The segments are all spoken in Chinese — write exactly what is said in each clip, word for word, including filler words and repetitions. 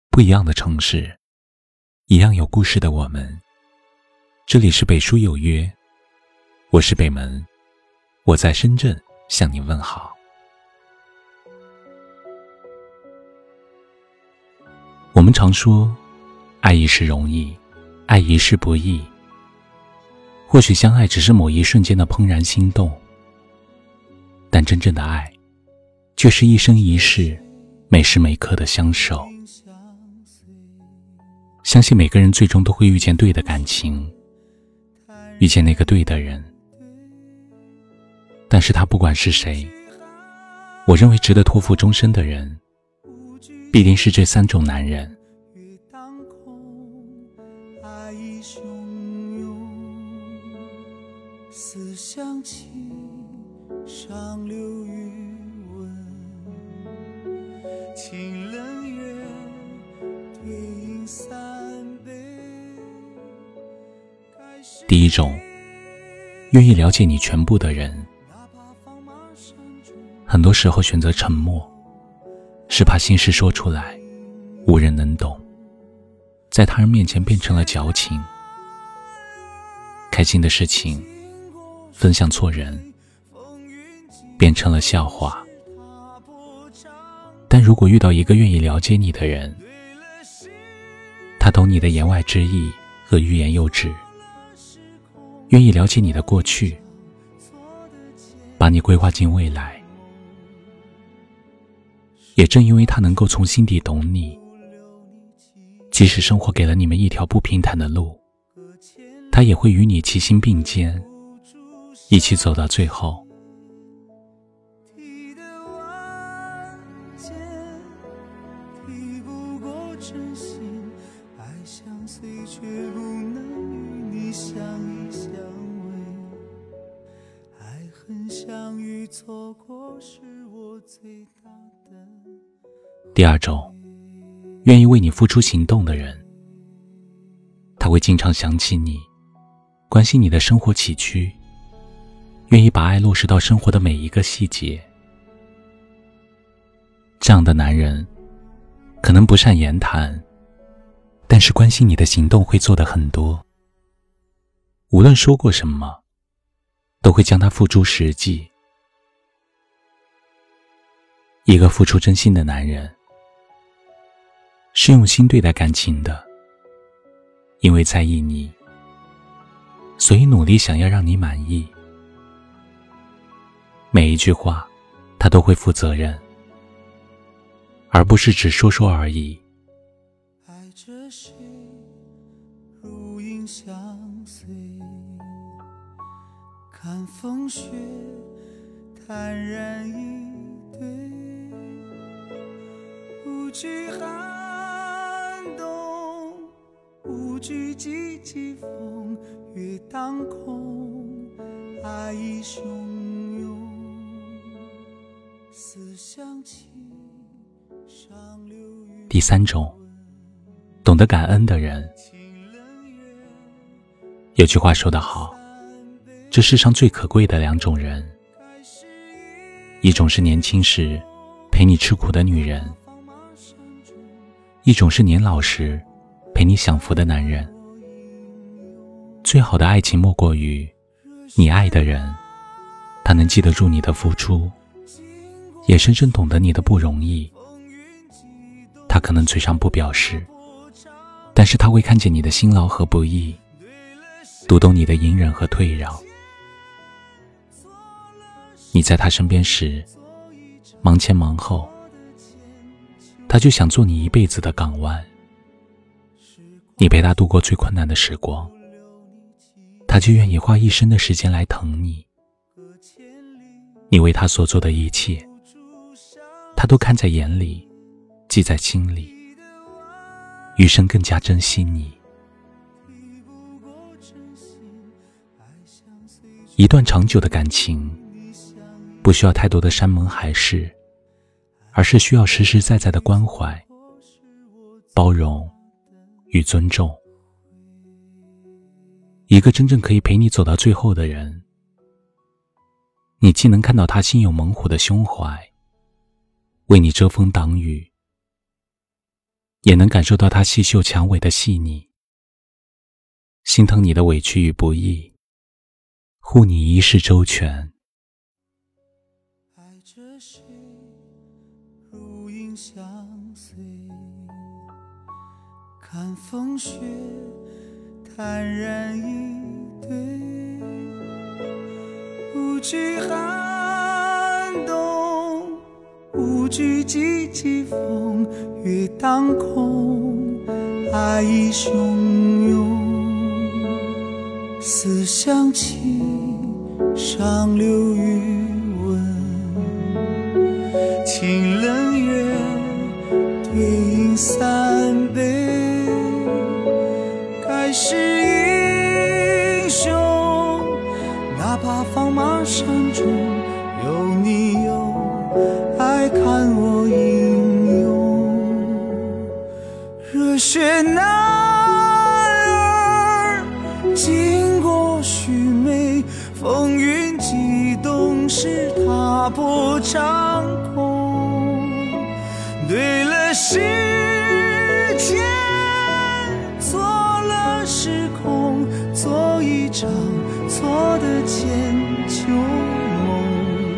不一样的城市，一样有故事的我们。这里是北书有约，我是北门，我在深圳向你问好。我们常说，爱一时容易，爱一世不易。或许相爱只是某一瞬间的怦然心动，但真正的爱，却是一生一世，每时每刻的相守。相信每个人最终都会遇见对的感情，遇见那个对的人。但是他不管是谁，我认为值得托付终身的人，必定是这三种男人。 思乡情，上流余温，清冷月，对影三杯。 第一种，愿意了解你全部的人。很多时候选择沉默，是怕心事说出来无人能懂，在他人面前变成了矫情。开心的事情分享错人，变成了笑话。但如果遇到一个愿意了解你的人，他懂你的言外之意和欲言又止，愿意了解你的过去，把你规划进未来。也正因为他能够从心底懂你，即使生活给了你们一条不平坦的路，他也会与你齐心并肩，一起走到最后。 提得万劫，提不过真心，爱相随却不能与你相依相偎，爱恨相遇错过是我最大的。 第二种，愿意为你付出行动的人。他会经常想起你，关心你的生活起居，愿意把爱落实到生活的每一个细节。这样的男人可能不善言谈，但是关心你的行动会做得很多。无论说过什么，都会将它付诸实际。一个付出真心的男人，是用心对待感情的，因为在意你，所以努力想要让你满意。每一句话他都会负责任，而不是只说说而已。 爱着谁，如影相随，看风雪，坦然以对，无惧寒冬，无惧几季风月当空，爱意汹涌，思乡情，上流余第三种，懂得感恩的人。有句话说得好，这世上最可贵的两种人，一种是年轻时陪你吃苦的女人，一种是年老时陪你享福的男人。最好的爱情莫过于你爱的人，他能记得住你的付出，也深深懂得你的不容易。他可能嘴上不表示，但是他会看见你的辛劳和不易，读懂你的隐忍和退让。你在他身边时忙前忙后，他就想做你一辈子的港湾。你陪他度过最困难的时光，他就愿意花一生的时间来疼你。你为他所做的一切，他都看在眼里，记在心里，余生更加珍惜你。一段长久的感情，不需要太多的山盟海誓，而是需要实实在在的关怀、包容与尊重。一个真正可以陪你走到最后的人，你既能看到他心有猛虎的胸怀，为你遮风挡雨， 也能感受到他细嗅蔷薇的细腻，心疼你的委屈与不易，护你一世周全。 爱着谁，如影相随，看风雪，坦然以对，无惧寒冬，无惧几级风，月当空，爱意汹涌，思乡情，上流余温，清冷月，对影三杯，该是英雄，哪怕放马山中，有你有爱看我英勇。热血男儿经过许梅，风云激动时踏破长空，对了时间，错了时空，做一场错的千秋梦。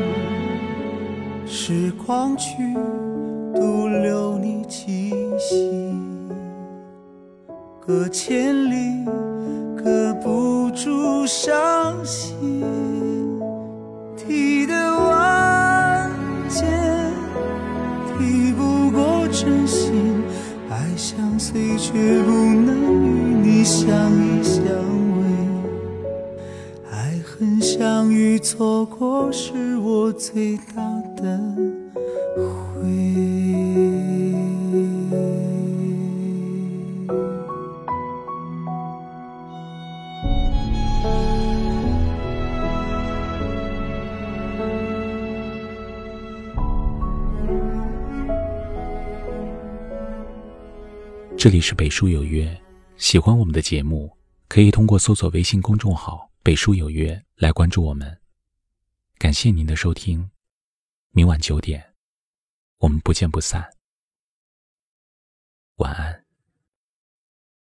时光去，独留你气息，隔千里，隔不住伤心。提得万箭，提不过真心，爱相随却不能与你相依相偎，爱恨相遇错过是我最大的悔。 这里是北书有约，喜欢我们的节目，可以通过搜索微信公众号北书有约来关注我们。感谢您的收听，明晚九点，我们不见不散。晚安。